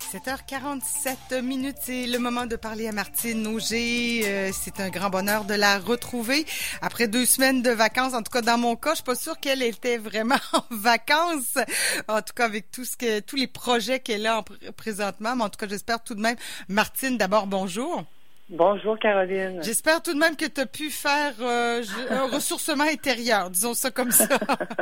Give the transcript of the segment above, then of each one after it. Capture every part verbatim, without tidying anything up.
sept heures quarante-sept minutes, c'est le moment de parler à Martine Auger. Euh, c'est un grand bonheur de la retrouver après deux semaines de vacances. En tout cas, dans mon cas, je suis pas sûre qu'elle était vraiment en vacances. En tout cas, avec tout ce que, tous les projets qu'elle a en pr- présentement. Mais en tout cas, j'espère tout de même. Martine, d'abord, bonjour. Bonjour, Caroline. J'espère tout de même que tu as pu faire euh, un ressourcement intérieur, disons ça comme ça.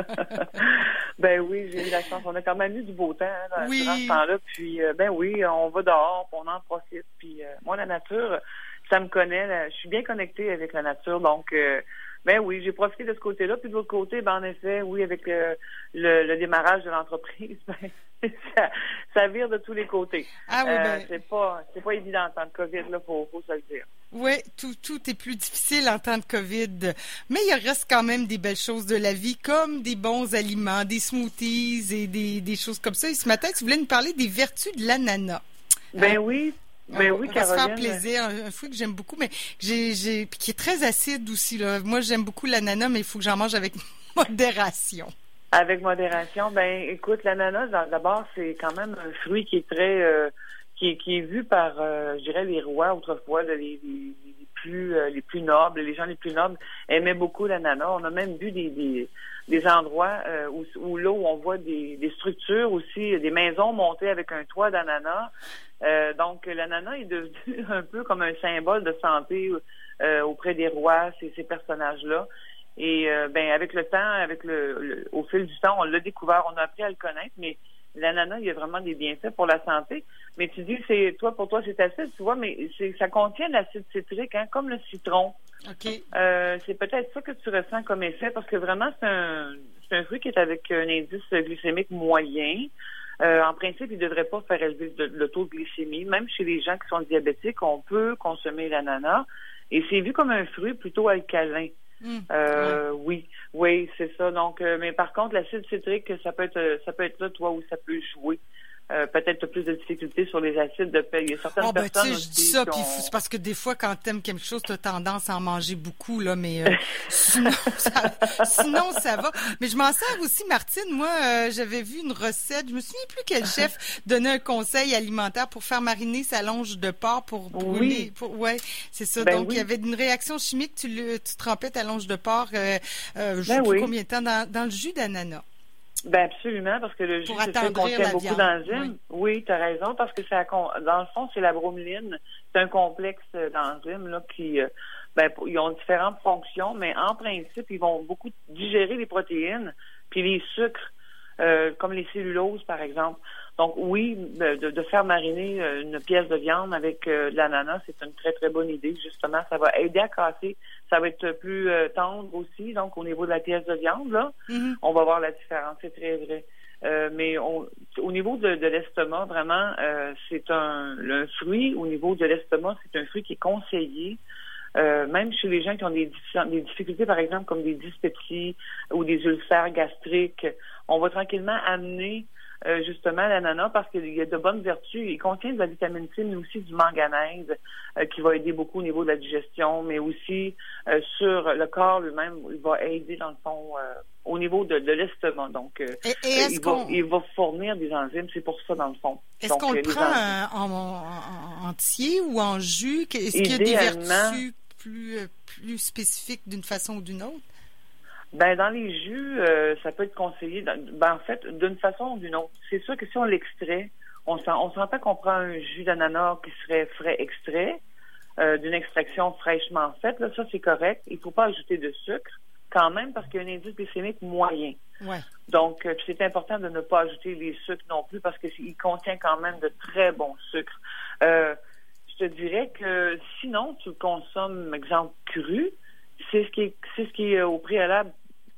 Ben oui, j'ai eu la chance. On a quand même eu du beau temps hein, dans, oui. dans ce temps-là. Puis, euh, ben oui, on va dehors, on en profite. Puis, euh, moi, la nature, ça me connaît. Là, je suis bien connectée avec la nature. Donc, euh, ben oui, j'ai profité de ce côté-là. Puis de l'autre côté, ben en effet, oui, avec euh, le, le démarrage de l'entreprise, ben, ça, ça vire de tous les côtés. Ah oui, ben... euh, c'est pas, c'est pas évident en temps de COVID, là, faut, faut se le dire. Oui, tout, tout est plus difficile en temps de COVID, mais il reste quand même des belles choses de la vie, comme des bons aliments, des smoothies et des, des choses comme ça. Et ce matin, tu voulais nous parler des vertus de l'ananas. Ben hein? oui, ben on, oui, on Caroline. va se faire plaisir, un, un fruit que j'aime beaucoup, mais j'ai, j'ai, puis qui est très acide aussi, là. Moi, j'aime beaucoup l'ananas, mais il faut que j'en mange avec modération. Avec modération, ben écoute, l'ananas, d'abord, c'est quand même un fruit qui est très... Euh, Qui est, qui est vu par, euh, je dirais, les rois autrefois, là, les, les, les plus euh, les plus nobles, les gens les plus nobles aimaient beaucoup l'ananas. On a même vu des des, des endroits euh, où, où là où on voit des, des structures aussi, des maisons montées avec un toit d'ananas. Euh, donc l'ananas est devenu un peu comme un symbole de santé euh, auprès des rois, ces, ces personnages-là. Et euh, ben avec le temps, avec le, le au fil du temps, on l'a découvert, on a appris à le connaître, mais l'ananas, il y a vraiment des bienfaits pour la santé. Mais tu dis, c'est toi, pour toi, c'est acide, tu vois, mais c'est, ça contient de l'acide citrique, hein, comme le citron. OK. Euh, c'est peut-être ça que tu ressens comme effet, parce que vraiment, c'est un, c'est un fruit qui est avec un indice glycémique moyen. Euh, en principe, il ne devrait pas faire élever le, le taux de glycémie. Même chez les gens qui sont diabétiques, on peut consommer l'ananas. Et c'est vu comme un fruit plutôt alcalin. Mmh, euh, ouais. Oui, oui, c'est ça. Donc, euh, mais par contre, l'acide citrique, ça peut être, ça peut être là, toi, où ça peut jouer. Euh, peut-être plus de difficultés sur les acides de paix. Il y a certaines oh, ben, personnes aussi. Je dis ça, puis ont... c'est parce que des fois, quand t'aimes quelque chose, t'as tendance à en manger beaucoup, là, mais euh, sinon, ça, sinon, ça va. Mais je m'en sers aussi, Martine. Moi, euh, j'avais vu une recette. Je me souviens plus quel chef donnait un conseil alimentaire pour faire mariner sa longe de porc pour brûler. Oui. Pour, ouais, c'est ça. Ben Donc, oui. il y avait une réaction chimique. Tu, le, tu trempais ta longe de porc, euh, euh, je ben sais plus oui. combien de temps, dans, dans le jus d'ananas. Ben absolument, parce que le jus contient beaucoup d'enzymes. Oui, oui tu as raison, parce que ça, dans le fond, c'est la bromeline. C'est un complexe d'enzymes là qui, ben, ils ont différentes fonctions, mais en principe, ils vont beaucoup digérer les protéines, puis les sucres, euh, comme les celluloses, par exemple. Donc oui, de, de faire mariner une pièce de viande avec euh, de l'ananas, c'est une très, très bonne idée. Justement, ça va aider à casser. Ça va être plus euh, tendre aussi, donc au niveau de la pièce de viande, là, mm-hmm. on va voir la différence, c'est très vrai. Euh, mais on, au niveau de, de l'estomac, vraiment, euh, c'est un, un fruit, au niveau de l'estomac, c'est un fruit qui est conseillé. Euh, même chez les gens qui ont des, des difficultés, par exemple, comme des dyspepsies ou des ulcères gastriques, on va tranquillement amener Euh, justement l'ananas parce qu'il y a de bonnes vertus. Il contient de la vitamine C, mais aussi du manganèse euh, qui va aider beaucoup au niveau de la digestion, mais aussi euh, sur le corps lui-même, il va aider dans le fond euh, au niveau de, de l'estomac. Donc, euh, et, et est-ce il, qu'on... va, il va fournir des enzymes, c'est pour ça dans le fond. Est-ce Donc, qu'on le prend enzymes... en, en, en entier ou en jus? Est-ce qu'il y a des vertus plus, plus spécifiques d'une façon ou d'une autre? Ben dans les jus, euh, ça peut être conseillé. Dans, ben en fait, d'une façon ou d'une autre. C'est sûr que si on l'extrait, on, sent, on s'entend qu'on prend un jus d'ananas qui serait frais extrait, euh, d'une extraction fraîchement faite. Là, ça c'est correct. Il ne faut pas ajouter de sucre quand même parce qu'il y a un indice glycémique moyen. Ouais. Donc euh, c'est important de ne pas ajouter les sucres non plus parce qu'il contient quand même de très bons sucres. Euh, je te dirais que sinon tu le consommes, exemple cru. C'est ce qui est, c'est ce qui est au préalable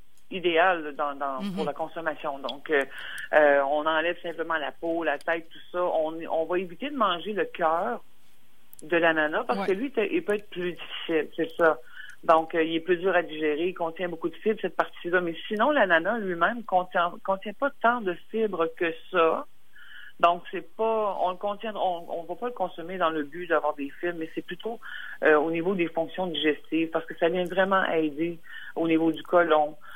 idéal dans, dans mm-hmm. pour la consommation. Donc, euh, euh, on enlève simplement la peau, la tête, tout ça. On, on va éviter de manger le cœur de l'ananas parce ouais. que lui, il peut être plus difficile, c'est ça. Donc, euh, il est plus dur à digérer, il contient beaucoup de fibres, cette partie-là. Mais sinon, l'ananas lui-même contient, contient pas tant de fibres que ça. Donc, c'est pas, on le contient, on, on va pas le consommer dans le but d'avoir des fibres, mais c'est plutôt euh, au niveau des fonctions digestives, parce que ça vient vraiment aider au niveau du côlon,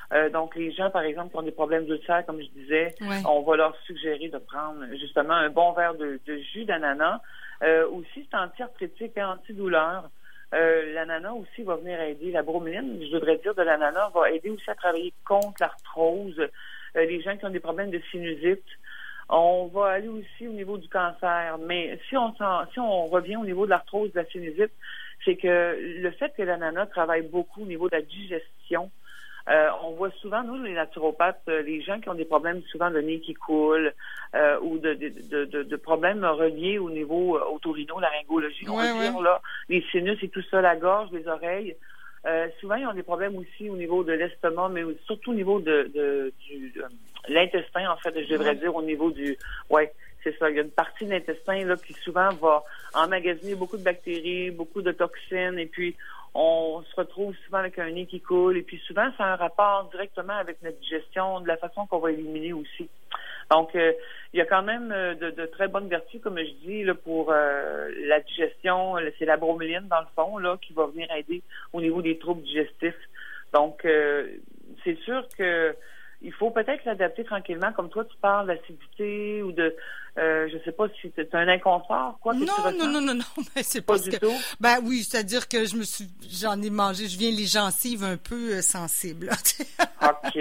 Euh, donc, les gens, par exemple, qui ont des problèmes d'ulcère, comme je disais, ouais. on va leur suggérer de prendre justement un bon verre de, de jus d'ananas. Euh, aussi, c'est anti-arthritique et antidouleur. Euh, l'ananas aussi va venir aider. La broméline, je voudrais dire, de l'ananas va aider aussi à travailler contre l'arthrose. Euh, les gens qui ont des problèmes de sinusite. On va aller aussi au niveau du cancer. Mais si on si on revient au niveau de l'arthrose, de la sinusite, c'est que le fait que l'ananas travaille beaucoup au niveau de la digestion, euh, on voit souvent, nous, les naturopathes, euh, les gens qui ont des problèmes souvent de nez qui coule euh, ou de, de, de, de, de problèmes reliés au niveau euh, otorino-laryngologie, on ouais, va dire, ouais. là, les sinus et tout ça, la gorge, les oreilles. Euh, souvent, ils ont des problèmes aussi au niveau de l'estomac, mais surtout au niveau de, de, du, de l'intestin, en fait, je devrais ouais. dire, au niveau du... ouais. C'est ça. Il y a une partie de l'intestin là qui souvent va emmagasiner beaucoup de bactéries, beaucoup de toxines, et puis on se retrouve souvent avec un nez qui coule, et puis souvent ça a un rapport directement avec notre digestion, de la façon qu'on va éliminer aussi. Donc, euh, il y a quand même euh, de, de très bonnes vertus, comme je dis, là, pour euh, la digestion. C'est la broméline, dans le fond, là, qui va venir aider au niveau des troubles digestifs. Donc, euh, c'est sûr que il faut peut-être l'adapter tranquillement, comme toi, tu parles d'acidité ou de, euh, je sais pas si c'est un inconfort, quoi. Que non, tu ressens? non, non, non, non, mais c'est pas parce du que, tout. Ben oui, c'est-à-dire que je me suis, j'en ai mangé, je viens les gencives un peu euh, sensibles. OK.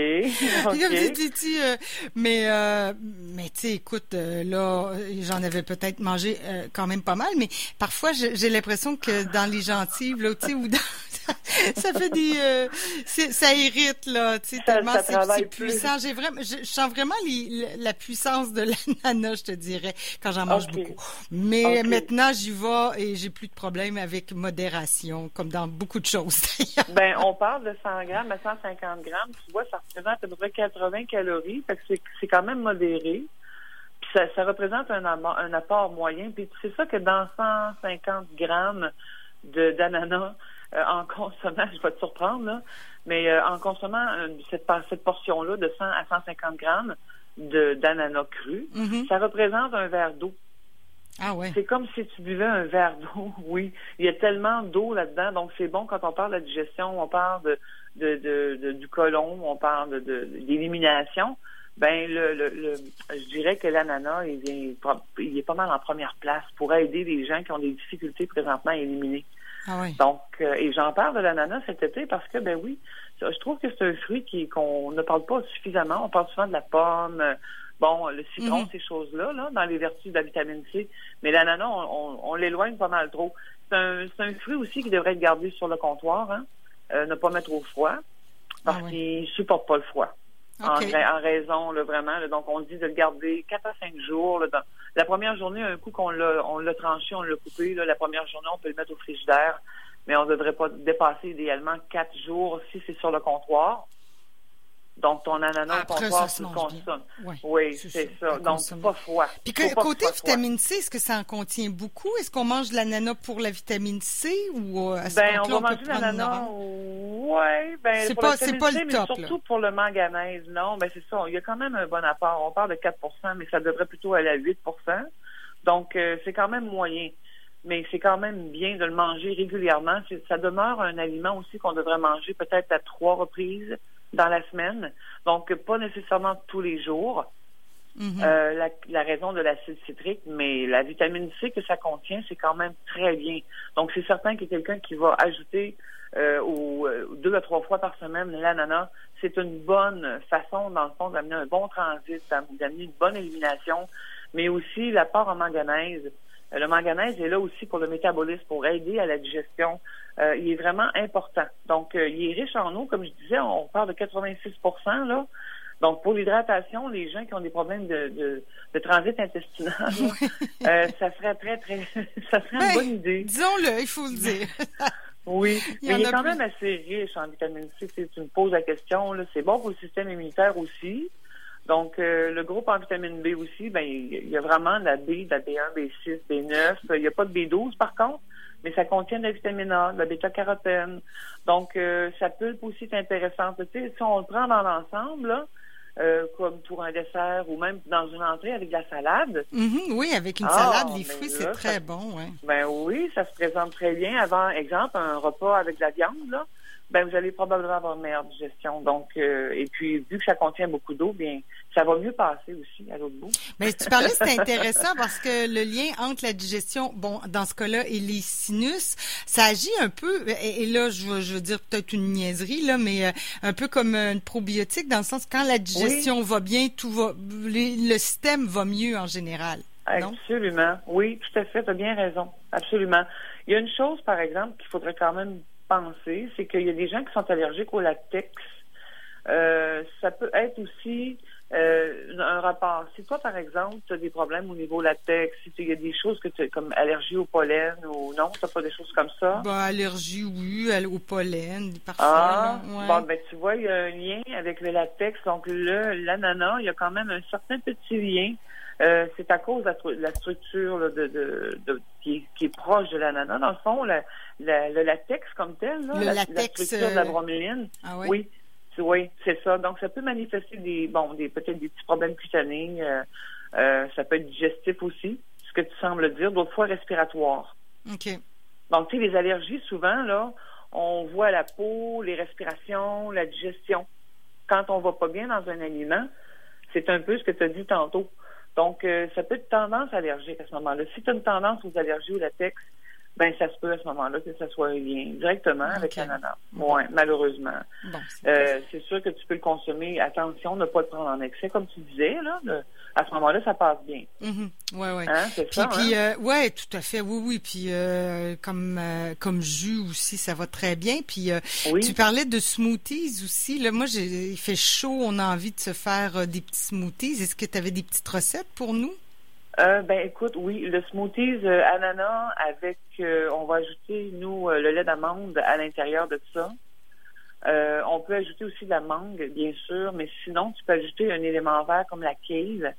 OK. euh, mais, euh, mais tu sais, écoute, euh, là, j'en avais peut-être mangé euh, quand même pas mal, mais parfois, j'ai, j'ai l'impression que dans les gencives, là, tu sais, ou dans ça fait des euh, c'est, ça irrite là, tu sais, tellement ça c'est, c'est puissant. J'ai vraiment, je, je sens vraiment les, la puissance de l'ananas, je te dirais, quand j'en mange okay. beaucoup. Mais okay. maintenant, j'y vais et j'ai plus de problème avec modération, comme dans beaucoup de choses d'ailleurs. Ben, on parle de cent grammes à cent cinquante grammes. Tu vois, ça représente à peu près quatre-vingts calories, fait que c'est, c'est quand même modéré. Puis ça, ça représente un, un apport moyen. Puis c'est ça que dans cent cinquante grammes de, d'ananas, Euh, en consommant, je vais te surprendre, là, mais euh, en consommant euh, cette, cette portion-là de cent à cent cinquante grammes de, d'ananas cru, mm-hmm. ça représente un verre d'eau. Ah ouais. C'est comme si tu buvais un verre d'eau, oui. Il y a tellement d'eau là-dedans, donc c'est bon quand on parle de la digestion, on parle de, de, de, de du côlon, on parle de, de, d'élimination. Ben le, le, le je dirais que l'ananas, il, vient, il est pas mal en première place pour aider les gens qui ont des difficultés présentement à éliminer. Ah oui. Donc, euh, et j'en parle de l'ananas cet été parce que, ben oui, je trouve que c'est un fruit qui, qu'on ne parle pas suffisamment. On parle souvent de la pomme, euh, bon, le citron, mm-hmm. ces choses-là, là, dans les vertus de la vitamine C. Mais l'ananas, on, on, on l'éloigne pas mal trop. C'est un, c'est un fruit aussi qui devrait être gardé sur le comptoir, hein, euh, ne pas mettre au froid, parce ah oui. qu'il supporte pas le froid. Okay. En, en raison, là, vraiment. Là, donc, on dit de le garder quatre à cinq jours. Là, dans, la première journée, un coup qu'on l'a, on l'a tranché, on l'a coupé. Là, la première journée, on peut le mettre au frigidaire, mais on ne devrait pas dépasser idéalement quatre jours si c'est sur le comptoir. Donc, ton ananas au comptoir, tu le consommes. Ouais, oui, c'est, c'est ça. Donc, pas froid. Puis que, côté vitamine C, est-ce que ça en contient beaucoup? Est-ce qu'on mange de l'ananas pour la vitamine C ou euh, est-ce ben, qu'on, on va manger de l'ananas? Oui, ben, c'est pour pas, la c'est pas C, le mais top, surtout là. Pour le manganèse. Non, ben, c'est ça. Il y a quand même un bon apport. On parle de quatre pour cent, mais ça devrait plutôt aller à huit pour cent. Donc, euh, c'est quand même moyen. Mais c'est quand même bien de le manger régulièrement. C'est, ça demeure un aliment aussi qu'on devrait manger peut-être à trois reprises dans la semaine. Donc, pas nécessairement tous les jours. Mm-hmm. Euh, la, la raison de l'acide citrique, mais la vitamine C que ça contient, c'est quand même très bien. Donc, c'est certain que quelqu'un qui va ajouter euh, au, deux à trois fois par semaine l'ananas, c'est une bonne façon, dans le fond, d'amener un bon transit, d'amener une bonne élimination, mais aussi l'apport en manganèse. Le manganèse est là aussi pour le métabolisme, pour aider à la digestion. Euh, il est vraiment important. Donc, euh, il est riche en eau, comme je disais, on parle de quatre-vingt-six pour cent, là. Donc, pour l'hydratation, les gens qui ont des problèmes de, de, de transit intestinal, euh, ça serait très, très, ça serait ben, une bonne idée. Disons-le, il faut le dire. Oui, il mais il est quand plus. Même assez riche en vitamine C. Si tu me poses la question, là, c'est bon pour le système immunitaire aussi. Donc, euh, le groupe en vitamine B aussi, ben il y a vraiment de la B, de la B un, B six, B neuf. Il n'y a pas de B douze, par contre, mais ça contient de la vitamine A, de la bêta-carotène. Donc, euh, sa pulpe aussi est intéressante. Tu sais, si on le prend dans l'ensemble, là, euh, comme pour un dessert ou même dans une entrée avec de la salade. Mm-hmm, oui, avec une ah, salade, les fruits, là, c'est très ça, bon. Ouais. Ben oui, ça se présente très bien avant, exemple, un repas avec de la viande, là. ben vous allez probablement avoir une meilleure digestion. Donc, euh, et puis, vu que ça contient beaucoup d'eau, bien, ça va mieux passer aussi à l'autre bout. Mais tu parlais, c'est intéressant parce que le lien entre la digestion, bon, dans ce cas-là, et les sinus, ça agit un peu, et, et là, je veux, je veux dire peut-être une niaiserie, là, mais euh, un peu comme une probiotique, dans le sens que quand la digestion oui. va bien, tout va, le, le système va mieux en général. Non? Absolument. Oui, tout à fait. Tu as bien raison. Absolument. Il y a une chose, par exemple, qu'il faudrait quand même penser, c'est qu'il y a des gens qui sont allergiques au latex. Euh, ça peut être aussi euh, un rapport. Si toi, par exemple, tu as des problèmes au niveau latex, si il y a des choses que tu as comme allergie au pollen ou non, tu n'as pas des choses comme ça? Ben, allergie, oui, au pollen, parfois. Ah, ouais. Bon, ben tu vois, il y a un lien avec le latex. Donc, le, l'ananas, il y a quand même un certain petit lien. Euh, c'est à cause de la, la structure là, de, de, de qui, est, qui est proche de l'ananas. Dans le fond, la, la, le latex comme tel, là, le la, latex, la structure de la bromelaine, ah ouais? oui, c'est, oui, c'est ça. Donc, ça peut manifester des, bon, des peut-être des petits problèmes cutanés. Euh, euh, ça peut être digestif aussi, ce que tu sembles dire. D'autres fois, respiratoire. OK. Donc, tu sais, les allergies, souvent, là, on voit la peau, les respirations, la digestion. Quand on va pas bien dans un aliment, c'est un peu ce que tu as dit tantôt. Donc, euh, ça peut être tendance allergique à ce moment-là. Si tu as une tendance aux allergies au latex, ben ça se peut à ce moment-là que ça soit un lien directement okay. avec l'ananas. Bon. Oui, malheureusement. Bon, c'est, euh, c'est sûr que tu peux le consommer. Attention, ne pas le prendre en excès, comme tu disais. Là, de, à ce moment-là, ça passe bien. Mm-hmm. Oui, oui. Hein, c'est puis, ça, puis, hein? euh, ouais, tout à fait. Oui, oui. Puis, euh, comme euh, comme jus aussi, ça va très bien. Puis, euh, oui. tu parlais de smoothies aussi. Là, moi, j'ai, il fait chaud. On a envie de se faire euh, des petits smoothies. Est-ce que tu avais des petites recettes pour nous? Euh, ben écoute, oui, le smoothies euh, ananas avec, euh, on va ajouter, nous, euh, le lait d'amande à l'intérieur de ça. Euh, on peut ajouter aussi de la mangue, bien sûr, mais sinon, tu peux ajouter un élément vert comme la kale.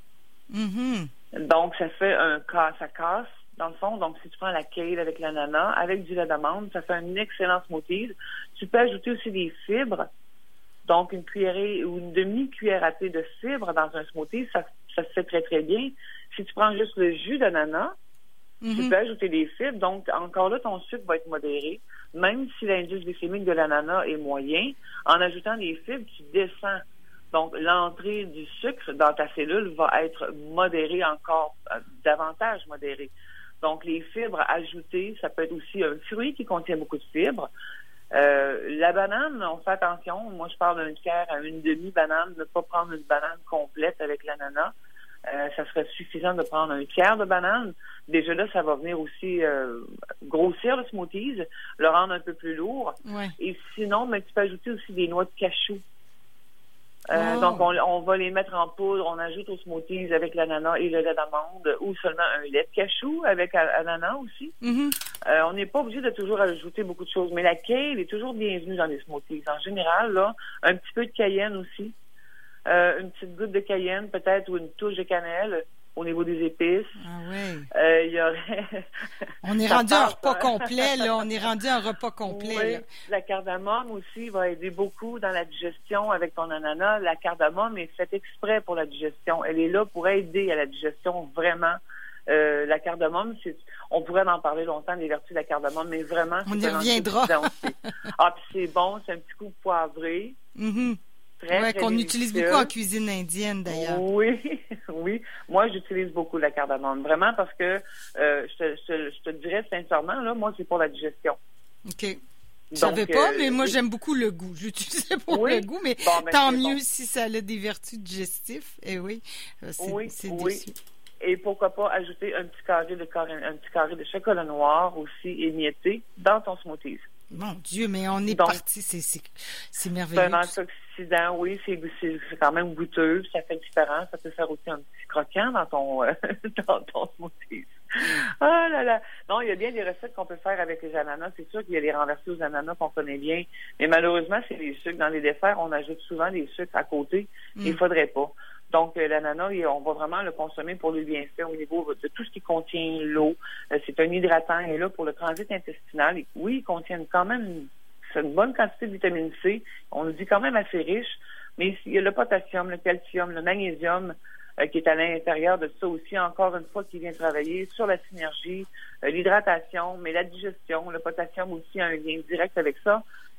Mm-hmm. Donc, ça fait un casse, ça casse, dans le fond. Donc, si tu prends la kale avec l'ananas, avec du lait d'amande, ça fait un excellent smoothies. Tu peux ajouter aussi des fibres. Donc, une cuillerée ou une demi-cuillère à thé de fibres dans un smoothie, ça, ça se fait très, très bien. Si tu prends juste le jus d'ananas, mm-hmm. tu peux ajouter des fibres. Donc, encore là, ton sucre va être modéré. Même si l'indice glycémique de l'ananas est moyen, en ajoutant des fibres, tu descends. Donc, l'entrée du sucre dans ta cellule va être modérée encore, euh, davantage modérée. Donc, les fibres ajoutées, ça peut être aussi un fruit qui contient beaucoup de fibres. Euh, la banane, on fait attention. Moi, je parle d'un tiers à une demi-banane. Ne pas prendre une banane complète avec l'ananas. Euh, ça serait suffisant de prendre un tiers de banane. Déjà là, ça va venir aussi euh, grossir le smoothies, le rendre un peu plus lourd. Ouais. Et sinon, ben, tu peux ajouter aussi des noix de cachou. Euh, oh. Donc, on, on va les mettre en poudre. On ajoute aux smoothies avec l'ananas et le lait d'amande ou seulement un lait de cachou avec ananas aussi. Mm-hmm. Euh, on n'est pas obligé de toujours ajouter beaucoup de choses. Mais la kale est toujours bienvenue dans les smoothies. En général, là, un petit peu de cayenne aussi. Euh, une petite goutte de cayenne, peut-être, ou une touche de cannelle au niveau des épices. Ah oui. Euh, il y aurait... On est rendu un repas complet, là. On est rendu un repas complet, oui. là. La cardamome aussi va aider beaucoup dans la digestion avec ton ananas. La cardamome est faite exprès pour la digestion. Elle est là pour aider à la digestion, vraiment. Euh, la cardamome, c'est, on pourrait en parler longtemps des vertus de la cardamome, mais vraiment, on c'est y un reviendra. Ah, puis c'est bon, c'est un petit coup poivré. Mm-hmm. Très, ouais, très qu'on délicieux. utilise beaucoup en cuisine indienne, d'ailleurs. Oui, oui. Moi, j'utilise beaucoup la cardamome. Vraiment parce que, euh, je, te, je, te, je te dirais sincèrement, là, moi, c'est pour la digestion. OK. Je savais Donc, pas, euh, mais moi, oui. j'aime beaucoup le goût. J'utilisais pour oui. le goût, mais bon, ben, tant mieux bon. si ça a des vertus digestives. Et oui, c'est, oui, c'est oui. délicieux. Et pourquoi pas ajouter un petit carré de, un petit carré de chocolat noir aussi émietté dans ton smoothie. Mon Dieu, mais on est Donc, parti, c'est, c'est, c'est merveilleux. C'est un antioxydant, oui, c'est, c'est, c'est quand même goûteux, ça fait différent, ça peut faire aussi un petit croquant dans ton euh, dans ton smoothie. Ah là là! Non, il y a bien des recettes qu'on peut faire avec les ananas. C'est sûr qu'il y a les renversés aux ananas qu'on connaît bien, mais malheureusement, c'est les sucres. Dans les desserts, on ajoute souvent des sucres à côté. Mm. Il faudrait pas. Donc, euh, l'ananas, on va vraiment le consommer pour le bienfait au niveau de tout ce qui contient l'eau. Euh, c'est un hydratant et là, pour le transit intestinal, et, oui, il contient quand même une, une bonne quantité de vitamine C. On le dit quand même assez riche, mais il y a le potassium, le calcium, le magnésium euh, qui est à l'intérieur de ça aussi, encore une fois, qui vient travailler sur la synergie, euh, l'hydratation, mais la digestion. Le potassium aussi a un lien direct avec ça.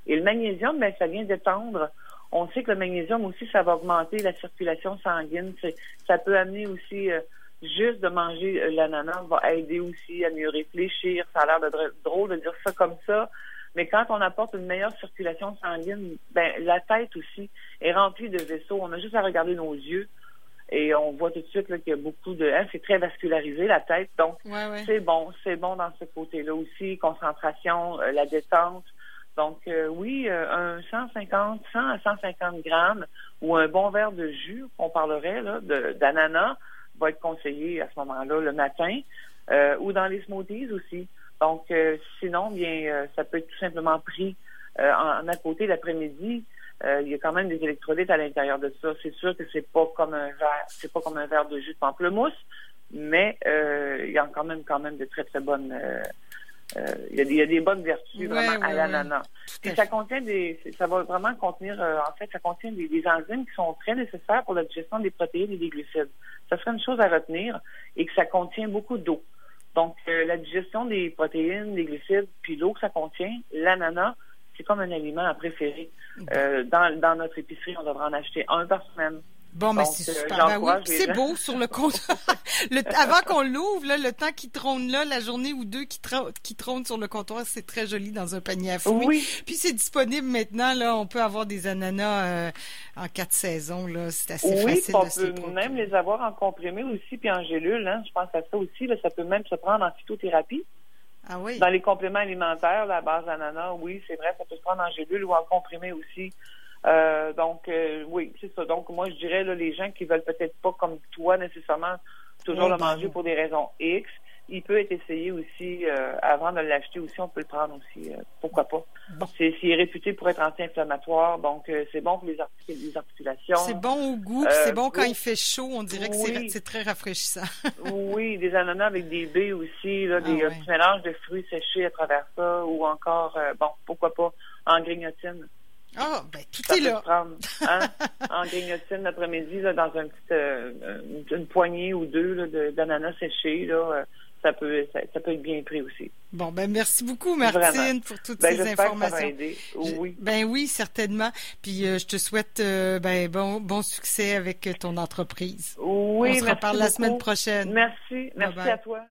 Et le magnésium, ben, ça vient détendre. On sait que le magnésium aussi, ça va augmenter la circulation sanguine. C'est, ça peut amener aussi, euh, juste de manger euh, l'ananas va aider aussi à mieux réfléchir. Ça a l'air de drôle de dire ça comme ça. Mais quand on apporte une meilleure circulation sanguine, ben, la tête aussi est remplie de vaisseaux. On a juste à regarder nos yeux et on voit tout de suite là, qu'il y a beaucoup de... Hein, c'est très vascularisé, la tête. Donc, ouais, ouais. c'est bon. C'est bon dans ce côté-là aussi. Concentration, euh, la détente. Donc, euh, oui, euh, un cent cinquante, cent à cent cinquante grammes ou un bon verre de jus, on parlerait là, de, d'ananas, va être conseillé à ce moment-là le matin euh, ou dans les smoothies aussi. Donc, euh, sinon, bien, euh, ça peut être tout simplement pris euh, en, en à côté l'après-midi. Euh, il y a quand même des électrolytes à l'intérieur de ça. C'est sûr que c'est pas comme un verre, c'est pas comme un verre de jus de pamplemousse, mais euh, il y a quand même quand même de très très bonnes. Euh, euh, il, y a des, il y a des bonnes vertus ouais, vraiment ouais, à l'ananas. Ouais. Et ça contient des, ça va vraiment contenir, euh, en fait, ça contient des, des enzymes qui sont très nécessaires pour la digestion des protéines et des glucides. Ça serait une chose à retenir et que ça contient beaucoup d'eau. Donc, euh, la digestion des protéines, des glucides, puis l'eau que ça contient, l'ananas, c'est comme un aliment à préférer. Euh, dans, dans notre épicerie, on devrait en acheter un par semaine. Bon, mais c'est euh, super. Ben oui, c'est beau sur le compte. le, avant qu'on l'ouvre, là, le temps qui trône là, la journée ou deux qui, tra- qui trône sur le comptoir, c'est très joli dans un panier à fruits. Oui. Puis c'est disponible maintenant. Là, on peut avoir des ananas euh, en quatre saisons. Là, c'est assez oui, facile on de se peut les même les avoir en comprimé aussi, puis en gélule. Hein, je pense à ça aussi. Là, ça peut même se prendre en phytothérapie. Ah oui. Dans les compléments alimentaires, la base d'ananas, oui, c'est vrai, ça peut se prendre en gélule ou en comprimé aussi. Euh, donc, euh, oui, c'est ça. Donc, moi, je dirais, là, les gens qui veulent peut-être pas, comme toi, nécessairement, toujours oui, le manger pour des raisons X, il peut être essayé aussi, euh, avant de l'acheter aussi, on peut le prendre aussi, euh, pourquoi pas. Bon. C'est, c'est réputé pour être anti-inflammatoire, donc euh, c'est bon pour les, articul- les articulations. C'est bon au goût, euh, c'est bon quand oui. il fait chaud, on dirait que oui. c'est, c'est très rafraîchissant. oui, des ananas avec des baies aussi, là, des ah, ouais. petits mélanges de fruits séchés à travers ça, ou encore, euh, bon, pourquoi pas, en grignotine. Ah, ben tout ça est là. Se prendre, hein, en grignotine l'après-midi, là, dans un petit, euh, une, une poignée ou deux là, de, d'ananas séchés, là, euh, ça peut, ça, ça peut être bien pris aussi. Bon, ben merci beaucoup, Martine, Vraiment. pour toutes ben, ces informations. Que ça va aider. Oui. Je, ben oui, certainement. Puis euh, je te souhaite euh, ben bon, bon succès avec ton entreprise. Oui, On se merci reparle beaucoup. la semaine prochaine. Merci, merci bye bye. À toi.